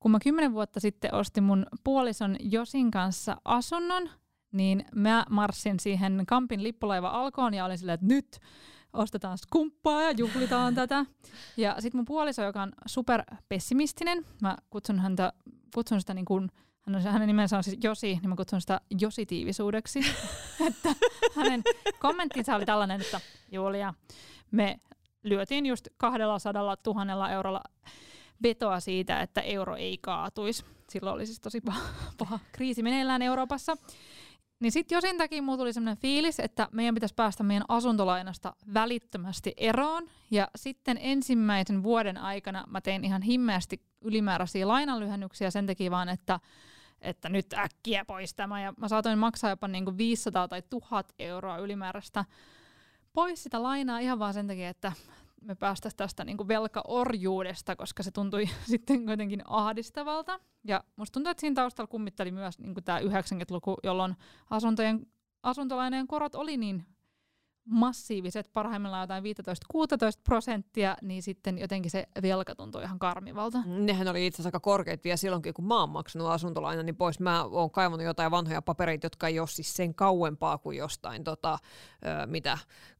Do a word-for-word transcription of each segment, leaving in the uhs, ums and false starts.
kun mä kymmenen vuotta sitten ostin mun puolison Josin kanssa asunnon, niin mä marssin siihen Kampin lippulaiva-alkoon ja olin silleen, että nyt ostetaan skumppaa ja juhlitaan tätä. Ja sitten mun puoliso, joka on super pessimistinen, mä kutsun häntä, kutsun sitä niin kuin, hänen nimensä on siis Josi, niin mä kutsun sitä jositiivisuudeksi. Että hänen kommenttinsa oli tällainen, että Julia, me lyötiin just kahdella sadalla tuhannella eurolla vetoa siitä, että euro ei kaatuisi. Silloin oli siis tosi paha, paha kriisi meneillään Euroopassa. Niin sitten Josin takia mulla tuli sellainen fiilis, että meidän pitäisi päästä meidän asuntolainasta välittömästi eroon. Ja sitten ensimmäisen vuoden aikana mä tein ihan himmeästi ylimääräisiä lainanlyhennyksiä sen takia vaan, että, että nyt äkkiä pois tämä. Ja mä saatoin maksaa jopa niinku viisisataa tai tuhat euroa ylimääräistä pois sitä lainaa ihan vaan sen takia, että me päästäisiin tästä niinku velkaorjuudesta, koska se tuntui sitten kuitenkin ahdistavalta. Ja musta tuntuu, että siinä taustalla kummitteli myös niinku tämä yhdeksänkymmentäluku, jolloin asuntojen, asuntolainojen korot oli niin massiiviset, parhaimmillaan jotain viisitoista kuusitoista prosenttia, niin sitten jotenkin se velka tuntui ihan karmivalta. Nehän oli itse asiassa aika korkeat vielä silloinkin, kun mä oon maksanut asuntolainan, niin pois mä oon kaivannut jotain vanhoja papereita, jotka ei ole siis sen kauempaa kuin jostain, tota, mitä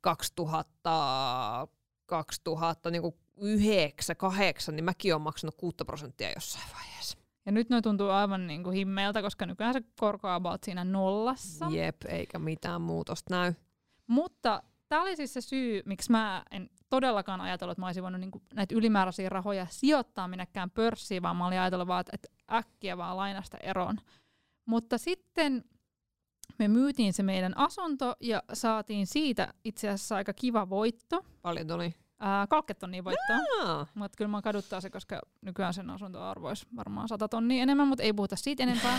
kaksituhatta, kaksituhattayhdeksän, kahdeksan, niin mäkin oon maksanut kuusi prosenttia jossain vaiheessa. Ja nyt ne tuntuu aivan niin kuin himmeeltä, koska nykyään se korko on about siinä nollassa. Jep, eikä mitään muutosta näy. Mutta tämä oli siis se syy, miksi mä en todellakaan ajatellut, että mä olisin voinut niinku näitä ylimääräisiä rahoja sijoittaa minnekään pörssiin, vaan mä olin ajatellut vaan, että äkkiä vaan lainasta eroon. Mutta sitten me myytiin se meidän asunto ja saatiin siitä itse asiassa aika kiva voitto. Paljon tuli? Ää, kolmekymmentä tonnia voittoa. No. Mutta kyllä mä kaduttaa se, koska nykyään sen asuntoarvo olisi varmaan sata tonnia enemmän, mutta ei puhuta siitä enempää.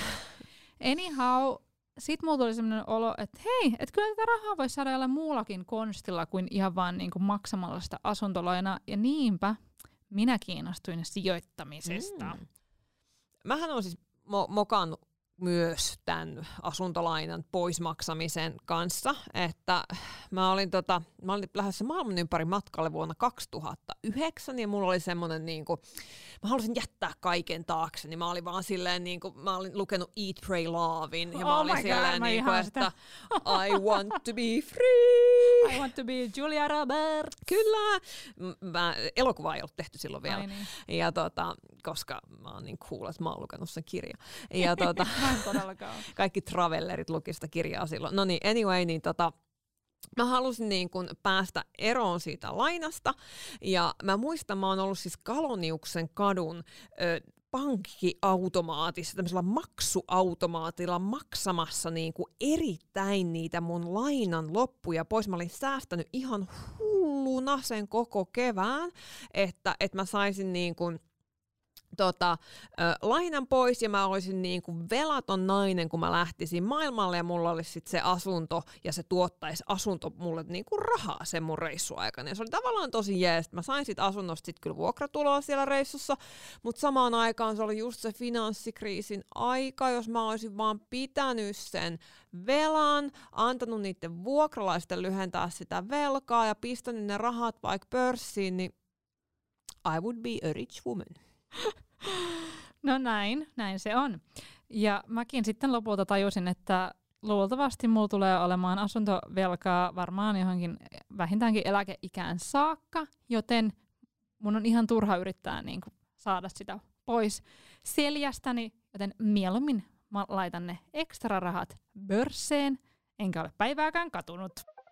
Anyhow, sitten mulla tuli sellainen olo, että hei, että kyllä tätä rahaa voisi saada jollain muullakin konstilla kuin ihan vaan niin kuin maksamalla sitä asuntolainaa. Ja niinpä minä kiinnostuin sijoittamisesta. Mm. Mähän olen siis mo- mokannut myös tämän asuntolainan poismaksamisen kanssa, että mä olin, tota, mä olin lähdössä maailman ympäri matkalle vuonna kaksituhattayhdeksän ja mulla oli semmoinen, niin kuin, mä halusin jättää kaiken taakse, niin mä olin vaan silleen, niin kuin, mä olin lukenut Eat, Pray, Lovein ja mä oh olin my silleen, God, niin kuin, että I want to be free. I want to be Julia Roberts. Kyllä. Mä, elokuva ei ollut tehty silloin vielä, niin. ja tota, koska mä oon niin cool, että mä oon lukenut sen kirjan. Ja tota, kaikki travellerit luki sitä kirjaa silloin. No niin, anyway, niin tota, mä halusin niin kun päästä eroon siitä lainasta, ja mä muistan, mä oon ollut siis Kaloniuksen kadun ö, pankkiautomaatissa, tämmöisellä maksuautomaatilla maksamassa niin kuin erittäin niitä mun lainan loppuja pois. Mä olin säästänyt ihan hulluna sen koko kevään, että, että mä saisin niin kuin Tota, äh, lainan pois ja mä olisin niin kuin velaton nainen, kun mä lähtisin maailmalle ja mulla olisi sit se asunto ja se tuottaisi asunto mulle niin kuin rahaa sen mun reissuaikana. Ja se oli tavallaan tosi jees. Mä sain sit asunnosta sit kyllä vuokratuloa siellä reissussa, mutta samaan aikaan se oli just se finanssikriisin aika, jos mä olisin vaan pitänyt sen velan, antanut niiden vuokralaisten lyhentää sitä velkaa ja pistänyt ne rahat vaikka pörssiin, niin I would be a rich woman. No näin, näin se on. Ja mäkin sitten lopulta tajusin, että luultavasti mulla tulee olemaan asuntovelkaa varmaan johonkin vähintäänkin eläkeikään saakka, joten mun on ihan turha yrittää niin kuin saada sitä pois seljästäni, joten mieluummin mä laitan ne ekstra rahat pörsseen, enkä ole päivääkään katunut.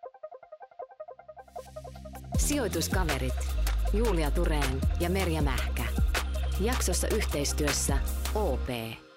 Sijoituskaverit Julia Tureen ja Merja Mähkä. Jaksossa yhteistyössä O P.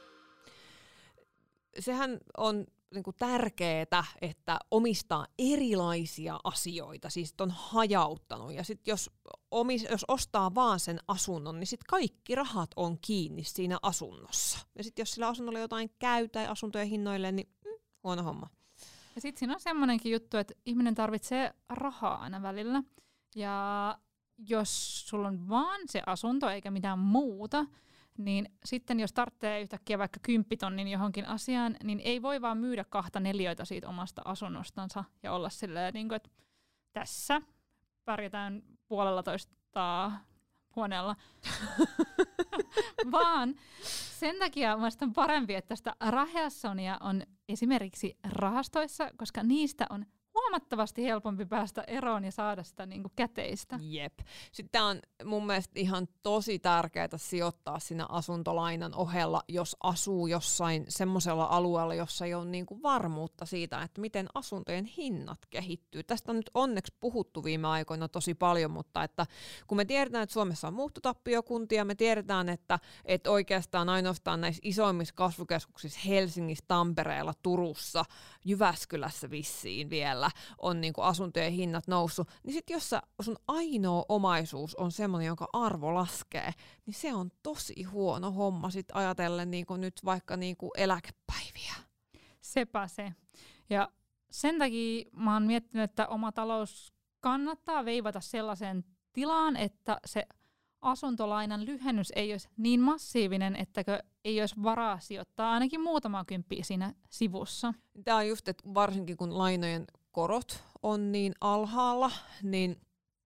Sehän on niinku tärkeää, että omistaa erilaisia asioita, siis on hajauttanut. Ja sitten jos, omis, jos ostaa vaan sen asunnon, niin sitten kaikki rahat on kiinni siinä asunnossa. Ja sitten jos sillä asunnolla jotain käy tai asuntojen hinnoille, niin mm, huono homma. Ja sitten siinä on semmoinenkin juttu, että ihminen tarvitsee rahaa aina välillä. Ja jos sulla on vaan se asunto eikä mitään muuta, niin sitten jos tarvitsee yhtäkkiä vaikka kymppitonnin johonkin asiaan, niin ei voi vaan myydä kahta neliöitä siitä omasta asunnostansa ja olla silleen, niin kuin, että tässä pärjätään puolella toista huoneella. vaan sen takia mielestäni on parempi, että tästä rahassonia on esimerkiksi rahastoissa, koska niistä on huomattavasti helpompi päästä eroon ja saada sitä niinku käteistä. Jep. Sitten tämä on mun mielestä ihan tosi tärkeää sijoittaa siinä asuntolainan ohella, jos asuu jossain semmoisella alueella, jossa ei ole niinku varmuutta siitä, että miten asuntojen hinnat kehittyy. Tästä on nyt onneksi puhuttu viime aikoina tosi paljon, mutta että kun me tiedetään, että Suomessa on muuttotappiokuntia, me tiedetään, että, että oikeastaan ainoastaan näissä isoimmissa kasvukeskuksissa Helsingissä, Tampereella, Turussa, Jyväskylässä vissiin vielä on niinku asuntojen hinnat noussut, niin sitten jos sun ainoa omaisuus on semmoinen, jonka arvo laskee, niin se on tosi huono homma sit ajatellen niinku nyt vaikka niinku eläkepäiviä. Sepä se. Ja sen takia mä oon miettinyt, että oma talous kannattaa veivata sellaiseen tilaan, että se asuntolainan lyhennys ei olisi niin massiivinen, ettäkö ei olisi varaa sijoittaa ainakin muutama kymppiä siinä sivussa. Tämä on just, että varsinkin kun lainojen korot on niin alhaalla, niin,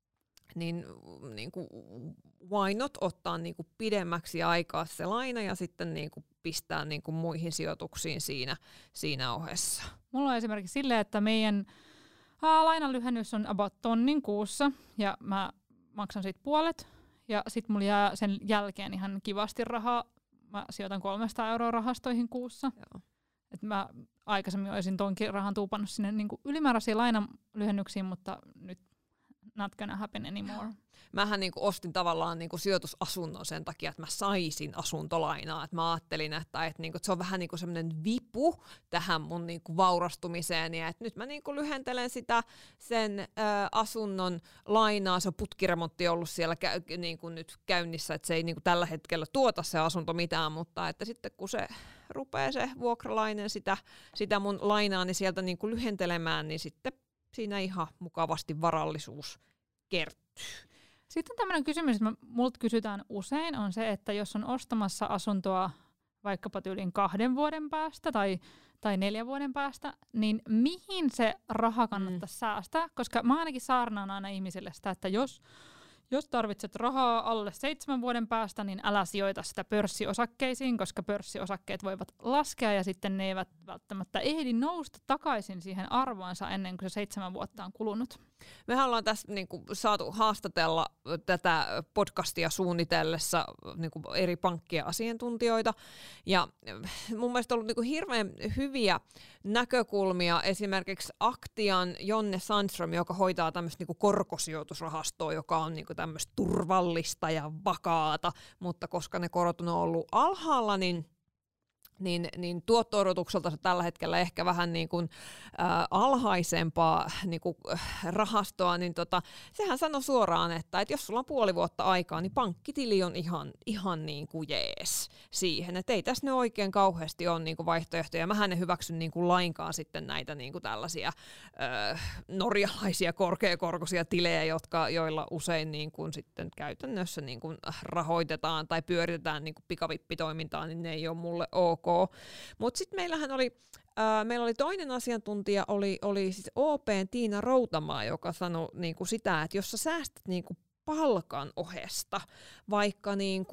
niin, niin kuin why not ottaa niin kuin pidemmäksi aikaa se laina ja sitten niin kuin pistää niin kuin muihin sijoituksiin siinä, siinä ohessa. Mulla on esimerkiksi silleen, että meidän aa, lainanlyhennys on about tonnin kuussa ja mä maksan siitä puolet ja sit mulla jää sen jälkeen ihan kivasti rahaa. Mä sijoitan kolmesataa euroa rahastoihin kuussa. Joo. Et mä aikaisemmin olisin tonkin rahan tuupannut sinne niinku ylimääräisiin lainanlyhennyksiin, mutta nyt not gonna happen anymore. Mähän niinku ostin tavallaan niinku sijoitusasunnon sen takia, että mä saisin asuntolainaa. Et mä ajattelin, että, et niinku, et se on vähän niinku semmoinen vipu tähän mun niinku vaurastumiseen. Ja et nyt mä niinku lyhentelen sitä sen ä, asunnon lainaa. Se on putkiremontti ollut siellä kä- niinku nyt käynnissä, että se ei niinku tällä hetkellä tuota se asunto mitään, mutta että sitten kun se rupeaa se vuokralainen sitä, sitä mun lainaani sieltä niinku lyhentelemään, niin sitten siinä ihan mukavasti varallisuus kertyy. Sitten tämmöinen kysymys, että multa kysytään usein, on se, että jos on ostamassa asuntoa vaikkapa tyylin kahden vuoden päästä tai, tai neljän vuoden päästä, niin mihin se raha kannattaisi mm. säästää? Koska mä ainakin saarnaan aina ihmisille sitä, että jos Jos tarvitset rahaa alle seitsemän vuoden päästä, niin älä sijoita sitä pörssiosakkeisiin, koska pörssiosakkeet voivat laskea ja sitten ne eivät välttämättä ehdi nousta takaisin siihen arvoonsa ennen kuin se seitsemän vuotta on kulunut. Mehän ollaan tässä niin kuin, saatu haastatella tätä podcastia suunnitellessa niin kuin, eri pankkien asiantuntijoita. Ja mun mielestä on ollut niin kuin, hirveän hyviä näkökulmia esimerkiksi Aktian Jonne Sandström, joka hoitaa tämmöistä niin kuin korkosijoitusrahastoa, joka on niin kuin, tämmöistä turvallista ja vakaata, mutta koska ne korot on ollut alhaalla, niin Niin, niin tuotto-odotukselta se tällä hetkellä ehkä vähän niin kuin, äh, alhaisempaa niin kuin, äh, rahastoa, niin tota, sehän sanoi suoraan, että, että jos sulla on puoli vuotta aikaa, niin pankkitili on ihan, ihan niin kuin jees siihen. Että ei tässä ne oikein kauheasti ole niin kuin vaihtoehtoja. Mähän en hyväksy niin kuin lainkaan sitten näitä niin kuin tällaisia äh, norjalaisia korkeakorkoisia tilejä, jotka, joilla usein niin kuin sitten käytännössä niin kuin rahoitetaan tai pyöritetään niin kuin pikavippitoimintaa, niin ne ei ole mulle ok. Mutta sitten meillähän oli, äh, meillä oli toinen asiantuntija, oli, oli siis O P:n Tiina Routamaa, joka sanoi niinku sitä, että jos sä säästät niinku palkan ohesta, vaikka niinku,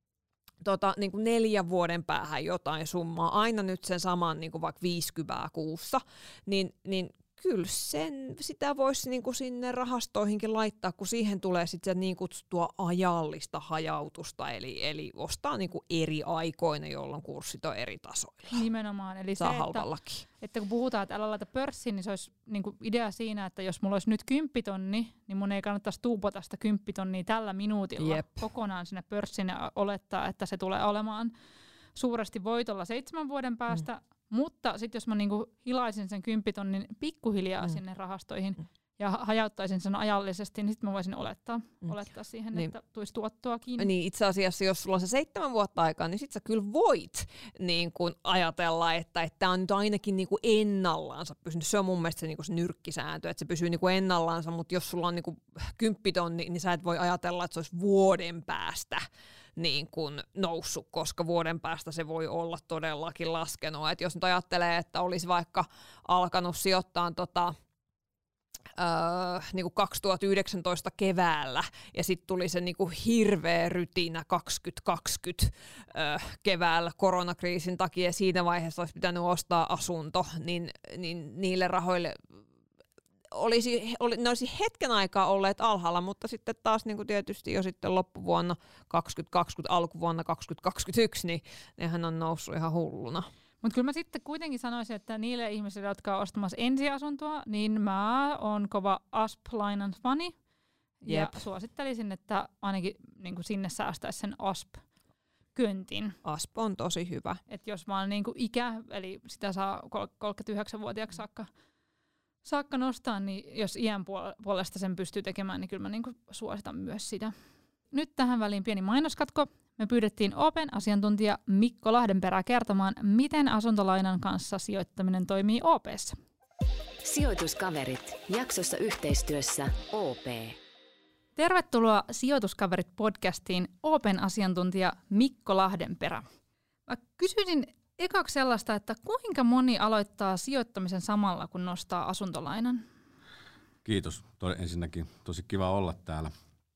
tota, niinku neljän vuoden päähän jotain summaa, aina nyt sen saman niinku vaikka viisikymmentä kuussa, niin, niin kyllä sen, sitä voisi niinku sinne rahastoihinkin laittaa, kun siihen tulee sitten se niin kutsuttua ajallista hajautusta, eli, eli ostaa niinku eri aikoina, jolloin kurssit on eri tasoilla. Nimenomaan. Eli saa se, halvallakin. että, että kun puhutaan, että älä laita pörssiin, niin se olisi niinku idea siinä, että jos mulla olisi nyt kymppitonni, niin mun ei kannattaisi tuupata sitä kymppitonnia tällä minuutilla Jep. kokonaan sinne pörssiin ja olettaa, että se tulee olemaan suuresti voitolla seitsemän vuoden päästä. Mm. Mutta sitten jos mä niinku hilaisin sen kymppitonnin pikkuhiljaa mm. sinne rahastoihin mm. ja hajauttaisin sen ajallisesti, niin sitten mä voisin olettaa, mm. olettaa siihen, niin. että tulisi tuottoakin. Niin itse asiassa, jos sulla on se seitsemän vuotta aikaa, niin sit sä kyllä voit niin kun ajatella, että tämä on nyt ainakin niin kuin ennallaansa pysynyt. Se on mun mielestä se, niin kuin se nyrkkisääntö, että se pysyy niin kuin ennallaansa, mutta jos sulla on niin kuin kymppitonni, niin sä et voi ajatella, että se olisi vuoden päästä niin kuin noussut, koska vuoden päästä se voi olla todellakin laskenut. Et jos nyt ajattelee, että olisi vaikka alkanut sijoittaa tota, Öö, niinku kaksituhattayhdeksäntoista keväällä ja sitten tuli se niinku hirveä rytinä kaksituhattakaksikymmentä öö, keväällä koronakriisin takia ja siinä vaiheessa olisi pitänyt ostaa asunto, niin, niin niille rahoille olisi, oli, ne olisi hetken aikaa olleet alhaalla, mutta sitten taas niinku tietysti jo sitten loppuvuonna kaksituhattakaksikymmentä, alkuvuonna kaksituhattakaksikymmentäyksi, niin nehän on noussut ihan hulluna. Mutta kyllä mä sitten kuitenkin sanoisin, että niille ihmisille, jotka on ostamassa ensiasuntoa, niin mä oon kova A S P-lainan fani. Ja Jep. suosittelisin, että ainakin niin kuin sinne säästäisi sen A S P-köntin. A S P on tosi hyvä. Et jos vaan niin kuin ikä, eli sitä saa kolmekymmentäyhdeksänvuotiaaksi saakka, saakka nostaa, niin jos iän puolesta sen pystyy tekemään, niin kyllä mä niin kuin suositan myös sitä. Nyt tähän väliin pieni mainoskatko. Me pyydettiin Open asiantuntija Mikko Lahdenperä kertomaan, miten asuntolainan kanssa sijoittaminen toimii O P:ssä. Sijoituskaverit, jaksossa yhteistyössä O P. Tervetuloa Sijoituskaverit-podcastiin Open asiantuntija Mikko Lahdenperä. Mä kysyisin ekaksi sellaista, että kuinka moni aloittaa sijoittamisen samalla, kun nostaa asuntolainan? Kiitos. Ensinnäkin tosi kiva olla täällä.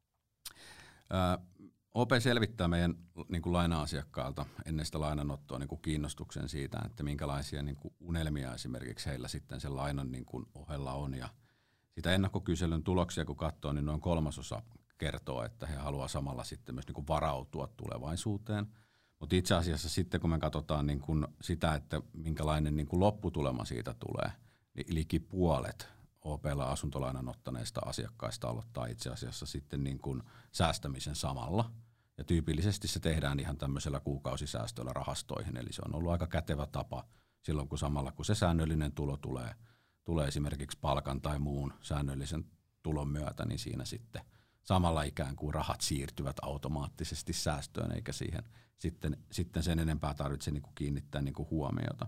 Ää, O P selvittää meidän niin kuin laina-asiakkailta ennen sitä lainanottoa niin kuin kiinnostuksen siitä, että minkälaisia niin kuin unelmia esimerkiksi heillä sitten sen lainan niin kuin ohella on. Ja sitä ennakkokyselyn tuloksia kun katsoo, niin noin kolmasosa kertoo, että he haluaa samalla sitten myös niin kuin varautua tulevaisuuteen. Mutta itse asiassa sitten kun me katsotaan niin kuin sitä, että minkälainen niin kuin lopputulema siitä tulee, niin liki puolet O P:llä asuntolainan ottaneista asiakkaista aloittaa itse asiassa sitten niin kuin säästämisen samalla. Ja tyypillisesti se tehdään ihan tämmöisellä kuukausisäästöllä rahastoihin, eli se on ollut aika kätevä tapa silloin, kun samalla kun se säännöllinen tulo tulee, tulee esimerkiksi palkan tai muun säännöllisen tulon myötä, niin siinä sitten samalla ikään kuin rahat siirtyvät automaattisesti säästöön, eikä siihen sitten, sitten sen enempää tarvitse niin kuin kiinnittää niin kuin huomiota.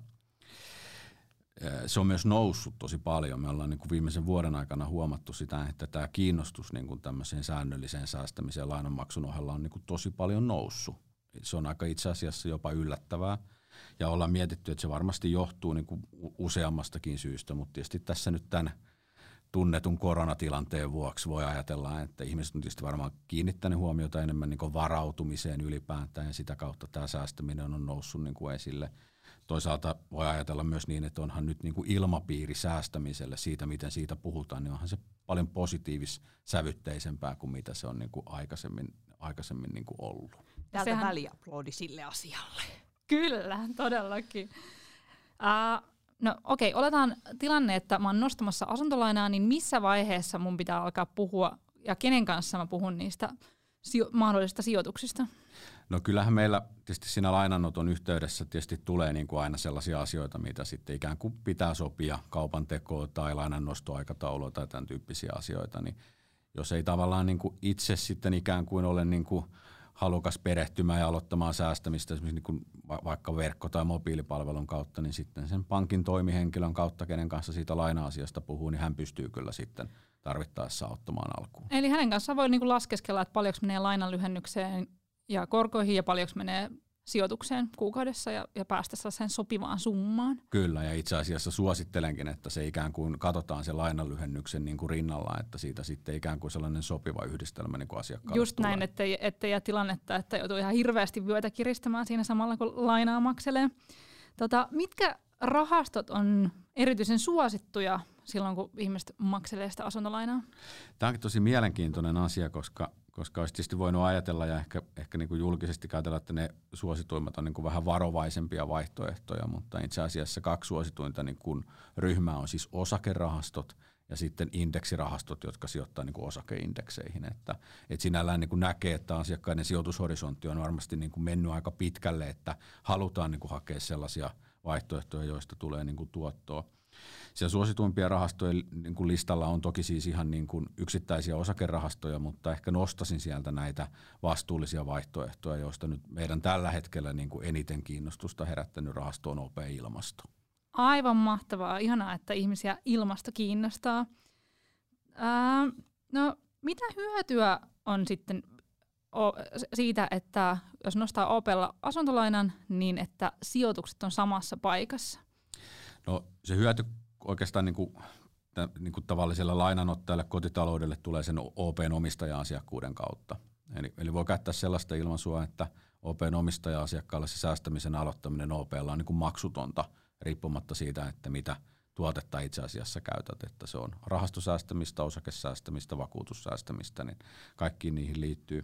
Se on myös noussut tosi paljon. Me ollaan niin kuin viimeisen vuoden aikana huomattu sitä, että tämä kiinnostus niin kuin tämmöiseen säännölliseen säästämiseen lainanmaksun ohella on niin kuin tosi paljon noussut. Se on aika itse asiassa jopa yllättävää. Ja ollaan mietitty, että se varmasti johtuu niin kuin useammastakin syystä, mutta tietysti tässä nyt tämän tunnetun koronatilanteen vuoksi voi ajatella, että ihmiset on tietysti varmaan kiinnittänyt huomiota enemmän niin kuin varautumiseen ylipäätään ja sitä kautta tämä säästäminen on noussut niin kuin esille. Toisaalta voi ajatella myös niin, että onhan nyt niin kuin ilmapiiri säästämiselle siitä, miten siitä puhutaan, niin onhan se paljon positiivis-sävytteisempää kuin mitä se on niin kuin aikaisemmin, aikaisemmin niin kuin ollut. Täältä Sehän... väliaplodi sille asialle. Kyllä, todellakin. Uh, no okei, okay, oletaan tilanne, että mä oon nostamassa asuntolainaa, niin missä vaiheessa mun pitää alkaa puhua ja kenen kanssa mä puhun niistä sijo- mahdollisista sijoituksista? No kyllähän meillä tietysti siinä lainanoton yhteydessä tietysti tulee niin kuin aina sellaisia asioita, mitä sitten ikään kuin pitää sopia, kaupan tekoa tai lainannostoaikataulua tai tämän tyyppisiä asioita, niin jos ei tavallaan niin kuin itse sitten ikään kuin ole niin kuin halukas perehtymään ja aloittamaan säästämistä esimerkiksi niin kuin vaikka verkko- tai mobiilipalvelun kautta, niin sitten sen pankin toimihenkilön kautta, kenen kanssa siitä laina-asiasta puhuu, niin hän pystyy kyllä sitten tarvittaessa auttamaan alkuun. Eli hänen kanssaan voi niin kuin laskeskella, että paljonko menee lainan lyhennykseen ja korkoihin ja paljonko menee sijoitukseen kuukaudessa ja, ja päästä sellaiseen sopivaan summaan. Kyllä, ja itse asiassa suosittelenkin, että se ikään kuin katsotaan se lainanlyhennyksen niin kuin rinnalla, että siitä sitten ikään kuin sellainen sopiva yhdistelmä niin kuin asiakkaalle Just tulee. Näin, ettei, ettei jää tilannetta, että joutuu ihan hirveästi vyötä kiristämään siinä samalla, kun lainaa makselee. Tota, mitkä rahastot on erityisen suosittuja silloin, kun ihmiset makselee sitä asuntolainaa? Tämä onkin tosi mielenkiintoinen asia, koska koska olisi tietysti voinut ajatella ja ehkä, ehkä niin kuin julkisesti ajatella, että ne suosituimmat on niin kuin vähän varovaisempia vaihtoehtoja, mutta itse asiassa kaksi suosituinta niin kuin ryhmää on siis osakerahastot ja sitten indeksirahastot, jotka sijoittaa niin kuin osakeindekseihin. Että, että sinällään niin kuin näkee, että asiakkaiden sijoitushorisontti on varmasti niin kuin mennyt aika pitkälle, että halutaan niin kuin hakea sellaisia vaihtoehtoja, joista tulee niin kuin tuottoa. Siellä suosituimpia rahastojen niin kuin listalla on toki siis ihan niin kuin yksittäisiä osakerahastoja, mutta ehkä nostasin sieltä näitä vastuullisia vaihtoehtoja, joista nyt meidän tällä hetkellä niin kuin eniten kiinnostusta herättänyt rahasto on O P-ilmasto. Aivan mahtavaa. Ihanaa, että ihmisiä ilmasto kiinnostaa. Ää, no, mitä hyötyä on sitten siitä, että jos nostaa O P:lla asuntolainan, niin että sijoitukset on samassa paikassa? No se hyöty oikeastaan niin kuin että niin kuin tavalliselle lainanottajalle kotitaloudelle tulee sen O P:n omistaja-asiakkuuden kautta. Eli, eli voi käyttää sellaista ilmaisua, että O P:n omistaja-asiakkaalle se säästämisen aloittaminen O P:llä on niin kuin maksutonta, riippumatta siitä, että mitä tuotetta itse asiassa käytät. Että se on rahastosäästämistä, osakesäästämistä, vakuutussäästämistä, niin kaikkiin niihin liittyy.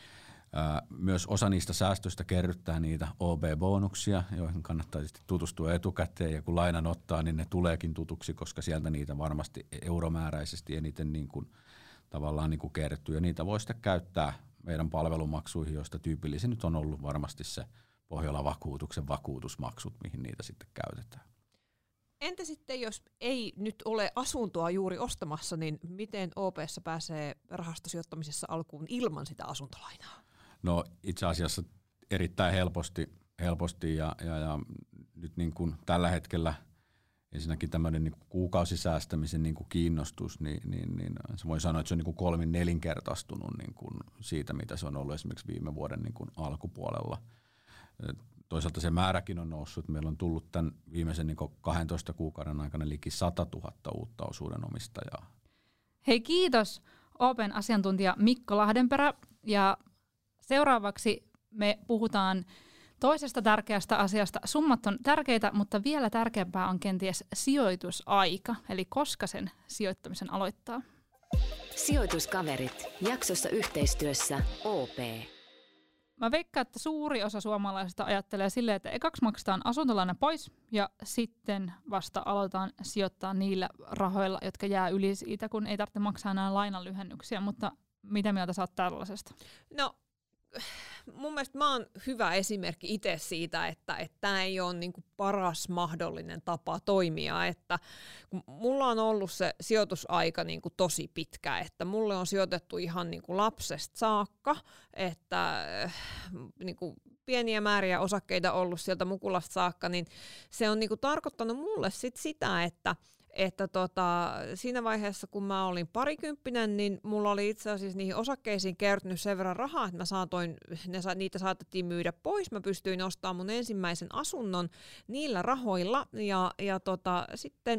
Myös osa niistä säästöistä kerryttää niitä O B-bonuksia, joihin kannattaa tutustua etukäteen, ja kun lainan ottaa, niin ne tuleekin tutuksi, koska sieltä niitä varmasti euromääräisesti eniten niin kuin, tavallaan niin kuin kertyy, ja niitä voi sitten käyttää meidän palvelumaksuihin, joista tyypillisin nyt on ollut varmasti se Pohjola-vakuutuksen vakuutusmaksut, mihin niitä sitten käytetään. Entä sitten, jos ei nyt ole asuntoa juuri ostamassa, niin miten O P:ssä pääsee rahastosijoittamisessa alkuun ilman sitä asuntolainaa? No itse asiassa erittäin helposti, helposti ja, ja, ja nyt niin kuin tällä hetkellä ensinnäkin tämmöinen niin kuin kuukausisäästämisen niin kuin kiinnostus, niin, niin, niin se voi sanoa, että se on niin kuin kolmin nelinkertaistunut niin kuin siitä, mitä se on ollut esimerkiksi viime vuoden niin kuin alkupuolella. Toisaalta se määräkin on noussut. Meillä on tullut tämän viimeisen niin kuin kahdentoista kuukauden aikana liki sata tuhatta uutta osuudenomistajaa. Hei, kiitos O P:n asiantuntija Mikko Lahdenperä. Ja seuraavaksi me puhutaan toisesta tärkeästä asiasta. Summat on tärkeitä, mutta vielä tärkeämpää on kenties sijoitusaika, eli koska sen sijoittamisen aloittaa. Sijoituskaverit, jaksossa yhteistyössä O P. Mä veikkaan, että suuri osa suomalaisista ajattelee silleen, että ekaksi maksetaan asuntolaina pois ja sitten vasta aloitetaan sijoittaa niillä rahoilla, jotka jää yli siitä, kun ei tarvitse maksaa enää lainan lyhennyksiä. Mutta mitä mieltä sä oot tällaisesta? No mun mielestä mä oon hyvä esimerkki itse siitä, että tämä ei ole niinku paras mahdollinen tapa toimia. Että kun mulla on ollut se sijoitusaika niinku tosi pitkä, että mulle on sijoitettu ihan niinku lapsesta saakka, että äh, niinku pieniä määriä osakkeita ollut sieltä mukulasta saakka, niin se on niinku tarkoittanut mulle sit sitä, että että tota, siinä vaiheessa, kun mä olin parikymppinen, niin mulla oli itse asiassa niihin osakkeisiin kertynyt sen verran rahaa, että mä saatoin, ne, niitä saatettiin myydä pois. Mä pystyin ostamaan mun ensimmäisen asunnon niillä rahoilla, ja, ja tota, sitten,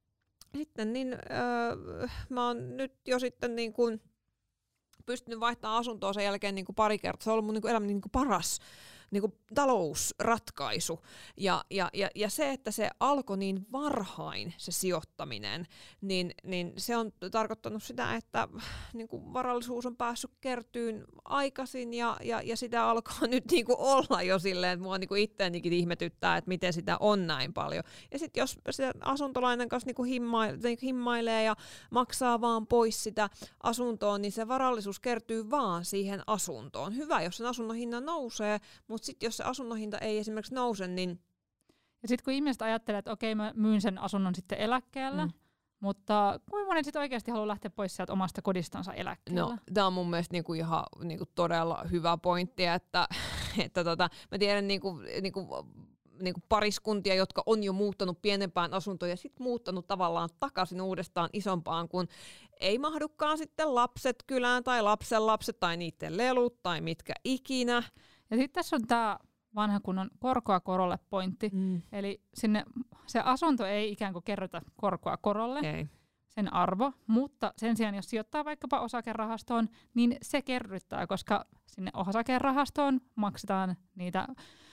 sitten niin, öö, mä oon nyt jo sitten niin kuin pystynyt vaihtamaan asuntoa sen jälkeen niin kuin pari kertaa. Se on ollut mun niin kuin elämäni niin kuin paras niin kuin talousratkaisu. Ja, ja, ja, ja se, että se alkoi niin varhain, se sijoittaminen, niin, niin se on tarkoittanut sitä, että niin kuin varallisuus on päässyt kertyyn aikaisin, ja, ja, ja sitä alkaa nyt niin kuin olla jo silleen, että mua niin kuin itseänikin ihmetyttää, että miten sitä on näin paljon. Ja sitten jos se asuntolainan kanssa niin kuin himmailee, niin kuin himmailee ja maksaa vaan pois sitä asuntoa, niin se varallisuus kertyy vaan siihen asuntoon. Hyvä, jos sen asunnon hinta nousee, mutta sitten jos se asunnon hinta ei esimerkiksi nouse, niin... Ja sitten kun ihmiset ajattelee, että okei, mä myyn sen asunnon sitten eläkkeellä, mm. mutta kuinka moni sitten oikeasti haluaa lähteä pois sieltä omasta kodistansa eläkkeellä? No, tämä on mun mielestä niinku ihan niinku todella hyvä pointti, että, että tota, mä tiedän niinku, niinku, niinku pariskuntia, jotka on jo muuttanut pienempään asuntoon ja sitten muuttanut tavallaan takaisin uudestaan isompaan, kun ei mahdukaan sitten lapset kylään tai lapsenlapset tai niiden lelut tai mitkä ikinä. Ja sitten tässä on tämä vanha kunnon korkoa korolle pointti. Mm. Eli sinne se asunto ei ikään kuin kerrota korkoa korolle, okay. sen arvo, mutta sen sijaan jos sijoittaa vaikkapa osakerahastoon, niin se kerryttää, koska sinne osakerahastoon maksetaan niitä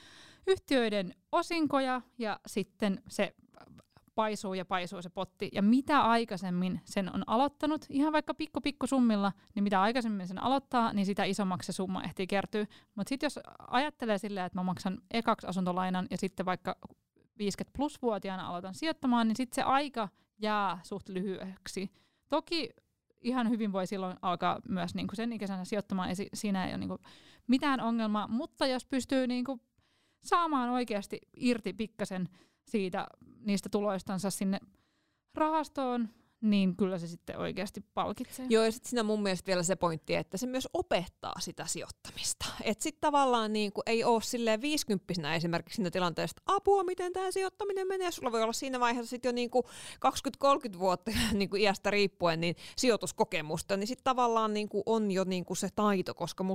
yhtiöiden osinkoja ja sitten se paisuu ja paisuu se potti. Ja mitä aikaisemmin sen on aloittanut, ihan vaikka pikku pikku summilla, niin mitä aikaisemmin sen aloittaa, niin sitä isommaksi se summa ehtii kertyä. Mutta sitten jos ajattelee silleen, että mä maksan ekaksi asuntolainan ja sitten vaikka viisikymmentä plus vuotiaana aloitan sijoittamaan, niin sitten se aika jää suht lyhyeksi. Toki ihan hyvin voi silloin alkaa myös niinku sen ikäisenä sijoittamaan, ja si- siinä ei ole niinku mitään ongelmaa, mutta jos pystyy niinku saamaan oikeasti irti pikkasen siitä niistä tuloistansa sinne rahastoon, niin kyllä se sitten oikeasti palkitsee. Joo, ja sitten siinä mun mielestä vielä se pointti, että se myös opettaa sitä sijoittamista. Että sitten tavallaan niin kuin ei ole silleen viisikymppisenä esimerkiksi siinä tilanteessa, että apua, miten tämä sijoittaminen menee. Sulla voi olla siinä vaiheessa sitten jo niin kuin kaksikymmentä kolmekymmentä vuotta niin kuin iästä riippuen niin sijoituskokemusta, niin sitten tavallaan niin kuin on jo niin kuin se taito, koska musta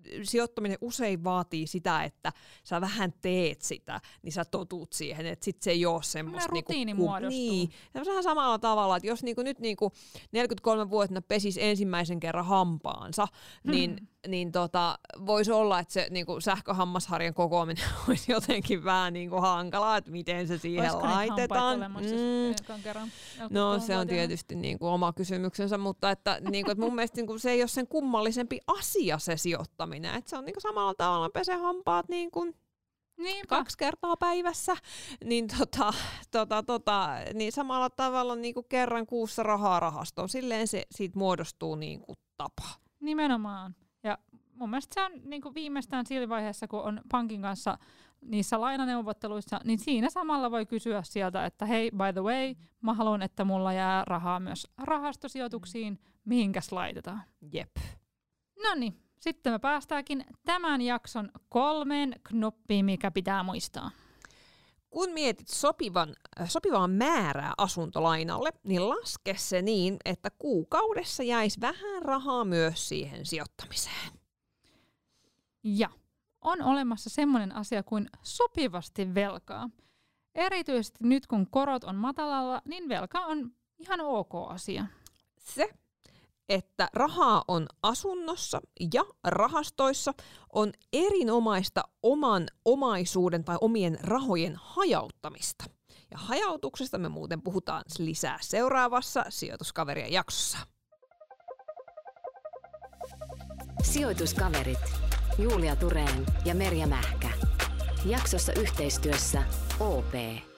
sijoittaminen usein vaatii sitä, että sä vähän teet sitä, niin sä totut siihen, että sit se ei ole semmoista... Rutiini niinku, muodostuu. Niin, vähän samalla tavalla, että jos niinku nyt niinku neljäkymmentäkolmevuotiaana pesis ensimmäisen kerran hampaansa, hmm. niin, niin tota, voisi olla, että se niinku sähköhammasharjan kokoaminen olisi jotenkin vähän niinku hankalaa, että miten se siihen Olisiko laitetaan. Mm. Kerran, no se on tietysti niinku oma kysymyksensä, mutta että, niinku, että mun mielestä niinku, se ei ole sen kummallisempi asia se sijoittaminen. Että se on niinku samalla tavalla pese hampaat niinku kaksi kertaa päivässä, niin, tota, tota, tota, niin samalla tavalla niinku kerran kuussa rahaa rahastoon. Silleen se siitä muodostuu niinku tapa. Nimenomaan. Ja mun mielestä se on niinku viimeistään siinä vaiheessa, kun on pankin kanssa niissä lainaneuvotteluissa, niin siinä samalla voi kysyä sieltä, että hei, by the way, mä haluan, että mulla jää rahaa myös rahastosijoituksiin, mihinkäs laitetaan. Jep. Noniin, sitten me päästäänkin tämän jakson kolmeen knoppiin, mikä pitää muistaa. Kun mietit sopivan, sopivaa määrää asuntolainalle, niin laske se niin, että kuukaudessa jäisi vähän rahaa myös siihen sijoittamiseen. Ja on olemassa semmoinen asia kuin sopivasti velkaa. Erityisesti nyt kun korot on matalalla, niin velka on ihan ok asia. Se, että rahaa on asunnossa ja rahastoissa, on erinomaista oman omaisuuden tai omien rahojen hajauttamista. Ja hajautuksesta me muuten puhutaan lisää seuraavassa Sijoituskaverien jaksossa. Sijoituskaverit. Julia Tureen ja Merja Mähkä. Jaksossa yhteistyössä O P.